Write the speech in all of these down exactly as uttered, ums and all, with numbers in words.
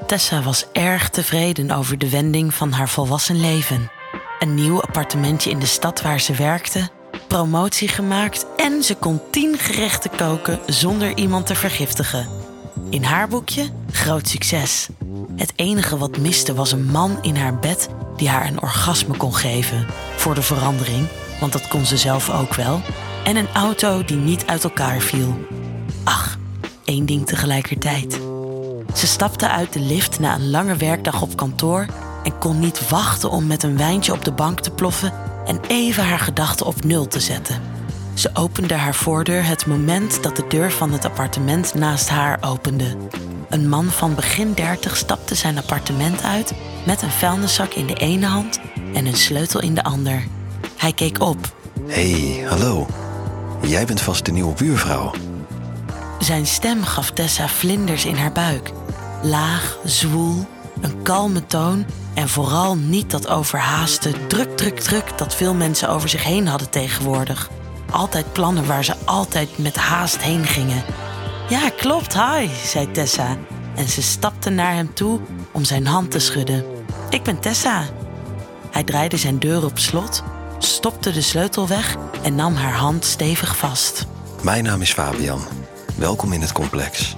Tessa was erg tevreden over de wending van haar volwassen leven. Een nieuw appartementje in de stad waar ze werkte, promotie gemaakt en ze kon tien gerechten koken zonder iemand te vergiftigen. In haar boekje groot succes. Het enige wat miste was een man in haar bed die haar een orgasme kon geven. Voor de verandering, want dat kon ze zelf ook wel. En een auto die niet uit elkaar viel. Ach, één ding tegelijkertijd. Ze stapte uit de lift na een lange werkdag op kantoor en kon niet wachten om met een wijntje op de bank te ploffen en even haar gedachten op nul te zetten. Ze opende haar voordeur het moment dat de deur van het appartement naast haar opende. Een man van begin dertig stapte zijn appartement uit met een vuilniszak in de ene hand en een sleutel in de ander. Hij keek op. Hey, hallo. Jij bent vast de nieuwe buurvrouw. Zijn stem gaf Tessa vlinders in haar buik. Laag, zwoel, een kalme toon en vooral niet dat overhaaste druk, druk, druk dat veel mensen over zich heen hadden tegenwoordig. Altijd plannen waar ze altijd met haast heen gingen. Ja, klopt, hi, zei Tessa. En ze stapte naar hem toe om zijn hand te schudden. Ik ben Tessa. Hij draaide zijn deur op slot, stopte de sleutel weg en nam haar hand stevig vast. Mijn naam is Fabian. Welkom in het complex.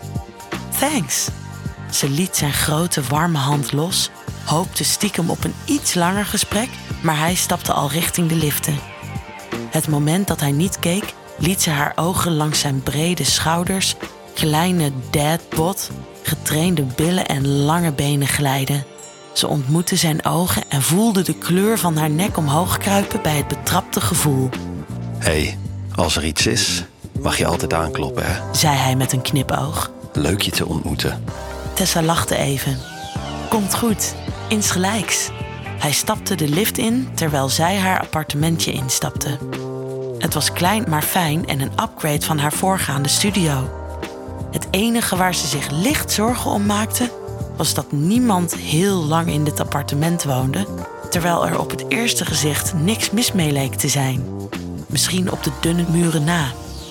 Thanks. Ze liet zijn grote, warme hand los, hoopte stiekem op een iets langer gesprek, maar hij stapte al richting de liften. Het moment dat hij niet keek, liet ze haar ogen langs zijn brede schouders, kleine dadbod, getrainde billen en lange benen glijden. Ze ontmoette zijn ogen en voelde de kleur van haar nek omhoog kruipen bij het betrapte gevoel. Hey, als er iets is, mag je altijd aankloppen, hè? Zei hij met een knipoog. Leuk je te ontmoeten. Tessa lachte even. Komt goed, insgelijks. Hij stapte de lift in terwijl zij haar appartementje instapte. Het was klein maar fijn en een upgrade van haar voorgaande studio. Het enige waar ze zich licht zorgen om maakte was dat niemand heel lang in dit appartement woonde, terwijl er op het eerste gezicht niks mis mee leek te zijn. Misschien op de dunne muren na.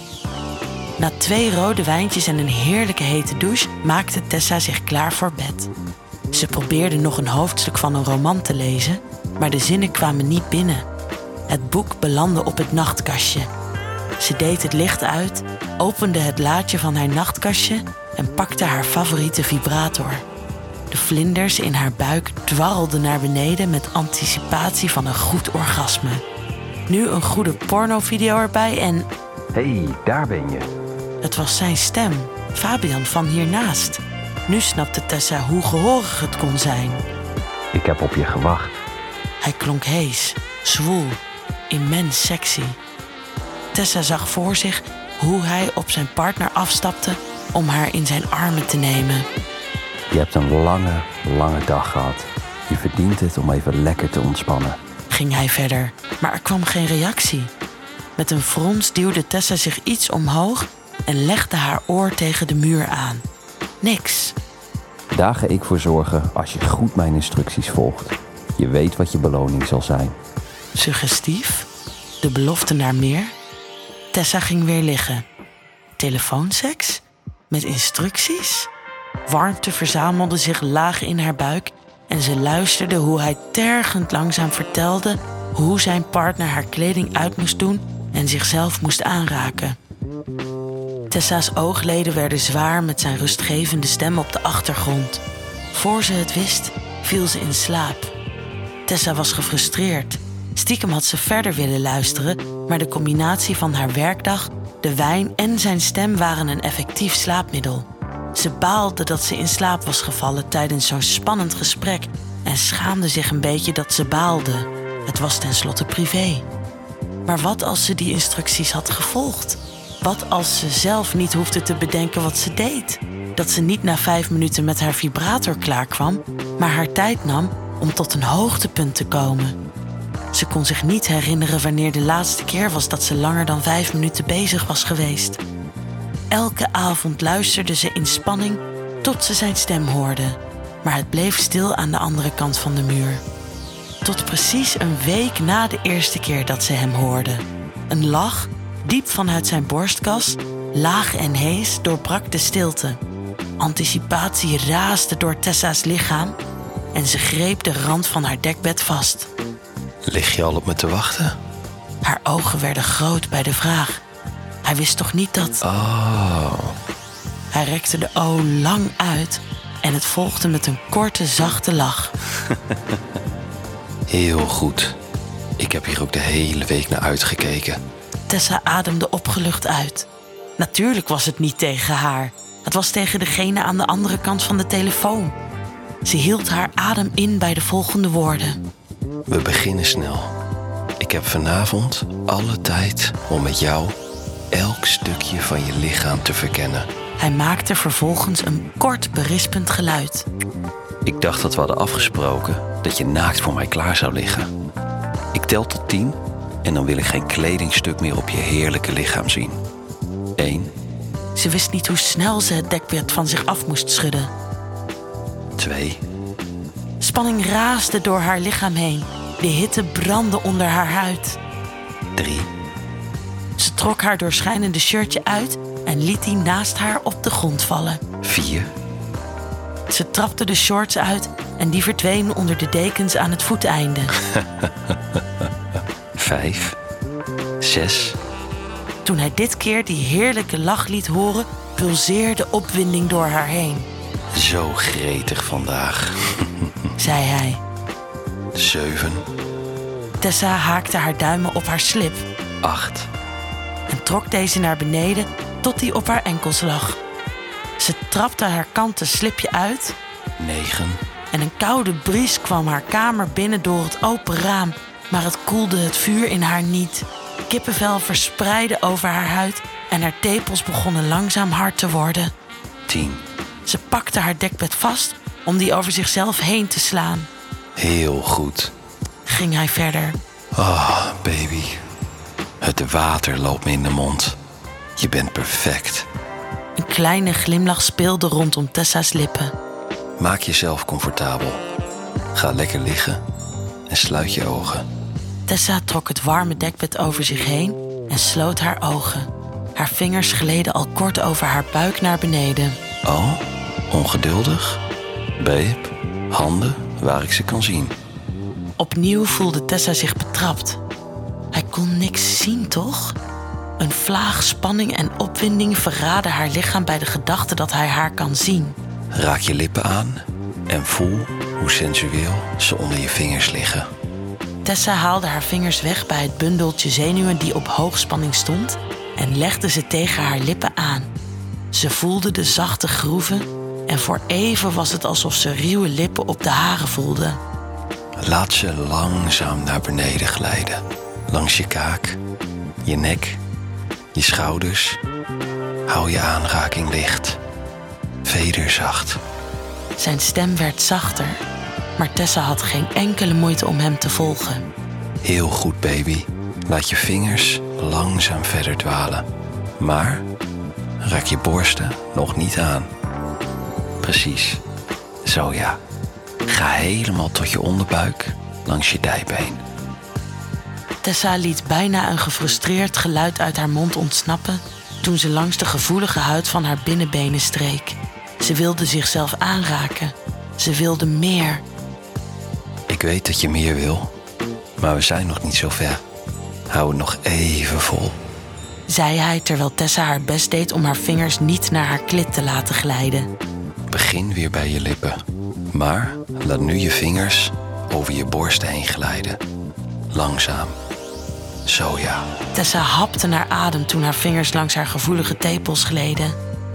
Na twee rode wijntjes en een heerlijke hete douche maakte Tessa zich klaar voor bed. Ze probeerde nog een hoofdstuk van een roman te lezen, maar de zinnen kwamen niet binnen. Het boek belandde op het nachtkastje. Ze deed het licht uit, opende het laadje van haar nachtkastje en pakte haar favoriete vibrator. De vlinders in haar buik dwarrelden naar beneden met anticipatie van een goed orgasme. Nu een goede pornovideo erbij en... Hey, daar ben je. Het was zijn stem, Fabian van hiernaast. Nu snapte Tessa hoe gehoorig het kon zijn. Ik heb op je gewacht. Hij klonk hees, zwoel, immens sexy. Tessa zag voor zich hoe hij op zijn partner afstapte om haar in zijn armen te nemen. Je hebt een lange, lange dag gehad. Je verdient het om even lekker te ontspannen. Ging hij verder, maar er kwam geen reactie. Met een frons duwde Tessa zich iets omhoog en legde haar oor tegen de muur aan. Niks. Daar ga ik voor zorgen als je goed mijn instructies volgt. Je weet wat je beloning zal zijn. Suggestief? De belofte naar meer? Tessa ging weer liggen. Telefoonseks? Met instructies? Warmte verzamelde zich laag in haar buik en ze luisterde hoe hij tergend langzaam vertelde hoe zijn partner haar kleding uit moest doen en zichzelf moest aanraken. Tessa's oogleden werden zwaar met zijn rustgevende stem op de achtergrond. Voor ze het wist, viel ze in slaap. Tessa was gefrustreerd. Stiekem had ze verder willen luisteren, maar de combinatie van haar werkdag, de wijn en zijn stem waren een effectief slaapmiddel. Ze baalde dat ze in slaap was gevallen tijdens zo'n spannend gesprek en schaamde zich een beetje dat ze baalde. Het was tenslotte privé. Maar wat als ze die instructies had gevolgd? Wat als ze zelf niet hoefde te bedenken wat ze deed? Dat ze niet na vijf minuten met haar vibrator klaarkwam, maar haar tijd nam om tot een hoogtepunt te komen. Ze kon zich niet herinneren wanneer de laatste keer was dat ze langer dan vijf minuten bezig was geweest. Elke avond luisterde ze in spanning tot ze zijn stem hoorde. Maar het bleef stil aan de andere kant van de muur. Tot precies een week na de eerste keer dat ze hem hoorde. Een lach, diep vanuit zijn borstkas, laag en hees, doorbrak de stilte. Anticipatie raasde door Tessa's lichaam en ze greep de rand van haar dekbed vast. Lig je al op me te wachten? Haar ogen werden groot bij de vraag. Hij wist toch niet dat... Oh. Hij rekte de O lang uit en het volgde met een korte, zachte lach. Heel goed. Ik heb hier ook de hele week naar uitgekeken. Tessa ademde opgelucht uit. Natuurlijk was het niet tegen haar. Het was tegen degene aan de andere kant van de telefoon. Ze hield haar adem in bij de volgende woorden. We beginnen snel. Ik heb vanavond alle tijd om met jou elk stukje van je lichaam te verkennen. Hij maakte vervolgens een kort berispend geluid. Ik dacht dat we hadden afgesproken dat je naakt voor mij klaar zou liggen. Ik tel tot tien en dan wil ik geen kledingstuk meer op je heerlijke lichaam zien. Eén. Ze wist niet hoe snel ze het dekbed van zich af moest schudden. Twee. Spanning raasde door haar lichaam heen. De hitte brandde onder haar huid. Drie. Ze trok haar doorschijnende shirtje uit en liet die naast haar op de grond vallen. Vier. Ze trapte de shorts uit en die verdwenen onder de dekens aan het voeteinde. Vijf. Zes. Toen hij dit keer die heerlijke lach liet horen, pulseerde opwinding door haar heen. Zo gretig vandaag. Zei hij. Zeven. Tessa haakte haar duimen op haar slip Acht. en trok deze naar beneden tot die op haar enkels lag. Ze trapte haar kanten slipje uit Negen. en een koude bries kwam haar kamer binnen door het open raam, maar het koelde het vuur in haar niet. Kippenvel verspreidde over haar huid en haar tepels begonnen langzaam hard te worden. Tien. Ze pakte haar dekbed vast om die over zichzelf heen te slaan. Heel goed. Ging hij verder. Oh, baby. Het water loopt me in de mond. Je bent perfect. Een kleine glimlach speelde rondom Tessa's lippen. Maak jezelf comfortabel. Ga lekker liggen en sluit je ogen. Tessa trok het warme dekbed over zich heen en sloot haar ogen. Haar vingers gleden al kort over haar buik naar beneden. Oh, ongeduldig? Babe, handen waar ik ze kan zien. Opnieuw voelde Tessa zich betrapt. Hij kon niks zien, toch? Een vlaag spanning en opwinding verraadde haar lichaam bij de gedachte dat hij haar kan zien. Raak je lippen aan en voel hoe sensueel ze onder je vingers liggen. Tessa haalde haar vingers weg bij het bundeltje zenuwen die op hoogspanning stond en legde ze tegen haar lippen aan. Ze voelde de zachte groeven en voor even was het alsof ze ruwe lippen op de haren voelde. Laat ze langzaam naar beneden glijden. Langs je kaak, je nek, je schouders. Hou je aanraking licht. Vederzacht. Zijn stem werd zachter, maar Tessa had geen enkele moeite om hem te volgen. Heel goed, baby. Laat je vingers langzaam verder dwalen. Maar raak je borsten nog niet aan. Precies. Zo ja. Ga helemaal tot je onderbuik langs je dijbeen. Tessa liet bijna een gefrustreerd geluid uit haar mond ontsnappen toen ze langs de gevoelige huid van haar binnenbenen streek. Ze wilde zichzelf aanraken. Ze wilde meer. Ik weet dat je meer wil, maar we zijn nog niet zo ver. Hou het nog even vol. Zei hij terwijl Tessa haar best deed om haar vingers niet naar haar klit te laten glijden. Begin weer bij je lippen. Maar laat nu je vingers over je borst heen glijden. Langzaam. Zo ja. Tessa hapte naar adem toen haar vingers langs haar gevoelige tepels gleden.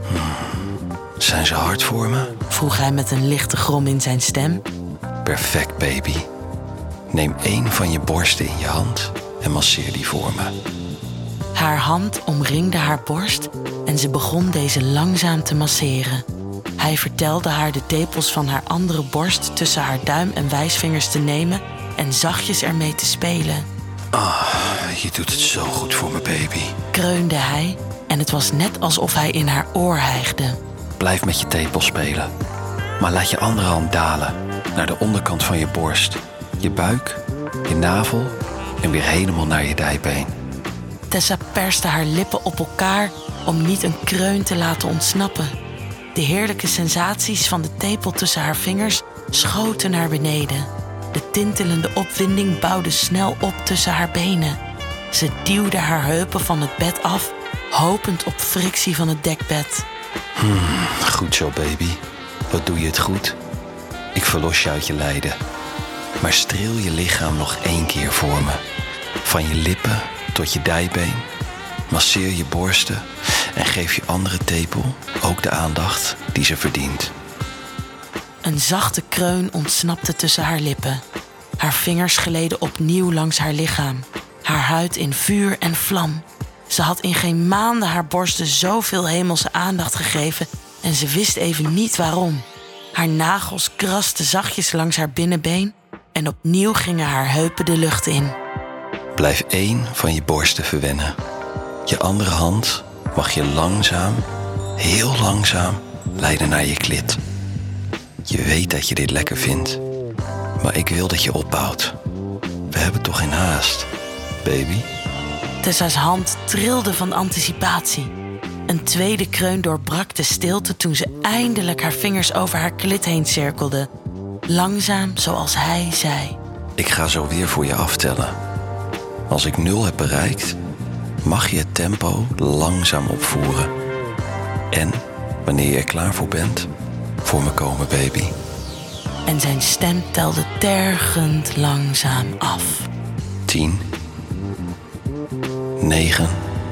Zijn ze hard voor me? Vroeg hij met een lichte grom in zijn stem. Perfect, baby. Neem één van je borsten in je hand en masseer die voor me. Haar hand omringde haar borst en ze begon deze langzaam te masseren. Hij vertelde haar de tepels van haar andere borst tussen haar duim en wijsvingers te nemen en zachtjes ermee te spelen. Ah, je doet het zo goed voor me, baby. Kreunde hij en het was net alsof hij in haar oor hijgde. Blijf met je tepels spelen. Maar laat je andere hand dalen naar de onderkant van je borst. Je buik, je navel en weer helemaal naar je dijbeen. Tessa perste haar lippen op elkaar om niet een kreun te laten ontsnappen. De heerlijke sensaties van de tepel tussen haar vingers schoten naar beneden. De tintelende opwinding bouwde snel op tussen haar benen. Ze duwde haar heupen van het bed af, hopend op frictie van het dekbed. Hmm, goed zo, baby. Wat doe je het goed? Ik verlos je uit je lijden. Maar streel je lichaam nog één keer voor me. Van je lippen tot je dijbeen. Masseer je borsten en geef je andere tepel ook de aandacht die ze verdient. Een zachte kreun ontsnapte tussen haar lippen. Haar vingers gleden opnieuw langs haar lichaam. Haar huid in vuur en vlam. Ze had in geen maanden haar borsten zoveel hemelse aandacht gegeven en ze wist even niet waarom. Haar nagels krasten zachtjes langs haar binnenbeen en opnieuw gingen haar heupen de lucht in. Blijf één van je borsten verwennen. Je andere hand mag je langzaam, heel langzaam, leiden naar je klit. Je weet dat je dit lekker vindt, maar ik wil dat je opbouwt. We hebben toch geen haast, baby? Tessa's hand trilde van anticipatie. Een tweede kreun doorbrak de stilte toen ze eindelijk haar vingers over haar klit heen cirkelde. Langzaam zoals hij zei. Ik ga zo weer voor je aftellen. Als ik nul heb bereikt, mag je het tempo langzaam opvoeren. En wanneer je er klaar voor bent, voor me komen, baby. En zijn stem telde tergend langzaam af. Tien. Negen.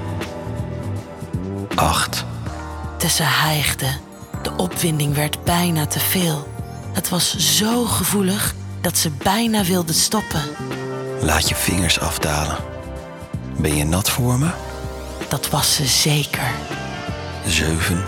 Acht. Tessa hijgde. De opwinding werd bijna te veel. Het was zo gevoelig dat ze bijna wilde stoppen. Laat je vingers afdalen. Ben je nat voor me? Dat was ze zeker. Zeven.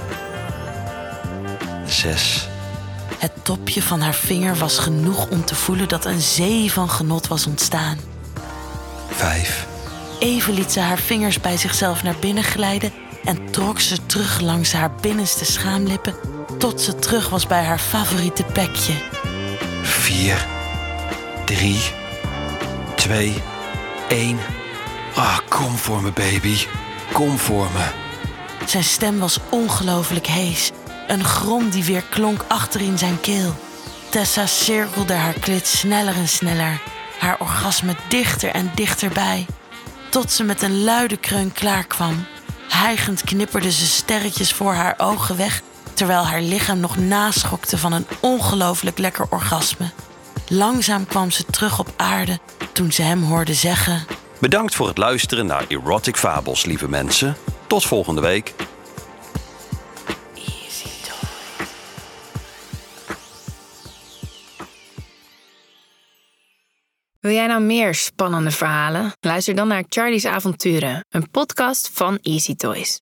Zes. Het topje van haar vinger was genoeg om te voelen dat een zee van genot was ontstaan. Vijf. Even liet ze haar vingers bij zichzelf naar binnen glijden en trok ze terug langs haar binnenste schaamlippen tot ze terug was bij haar favoriete plekje. Vier. Drie. Twee. Één. Ah, kom voor me, baby. Kom voor me. Zijn stem was ongelooflijk hees. Een grom die weer klonk achter in zijn keel. Tessa cirkelde haar klit sneller en sneller. Haar orgasme dichter en dichterbij. Tot ze met een luide kreun klaarkwam. Hijgend knipperde ze sterretjes voor haar ogen weg, terwijl haar lichaam nog naschokte van een ongelooflijk lekker orgasme. Langzaam kwam ze terug op aarde toen ze hem hoorde zeggen: Bedankt voor het luisteren naar Erotic Fabels, lieve mensen. Tot volgende week. Wil jij nou meer spannende verhalen? Luister dan naar Charlie's Avonturen, een podcast van Easy Toys.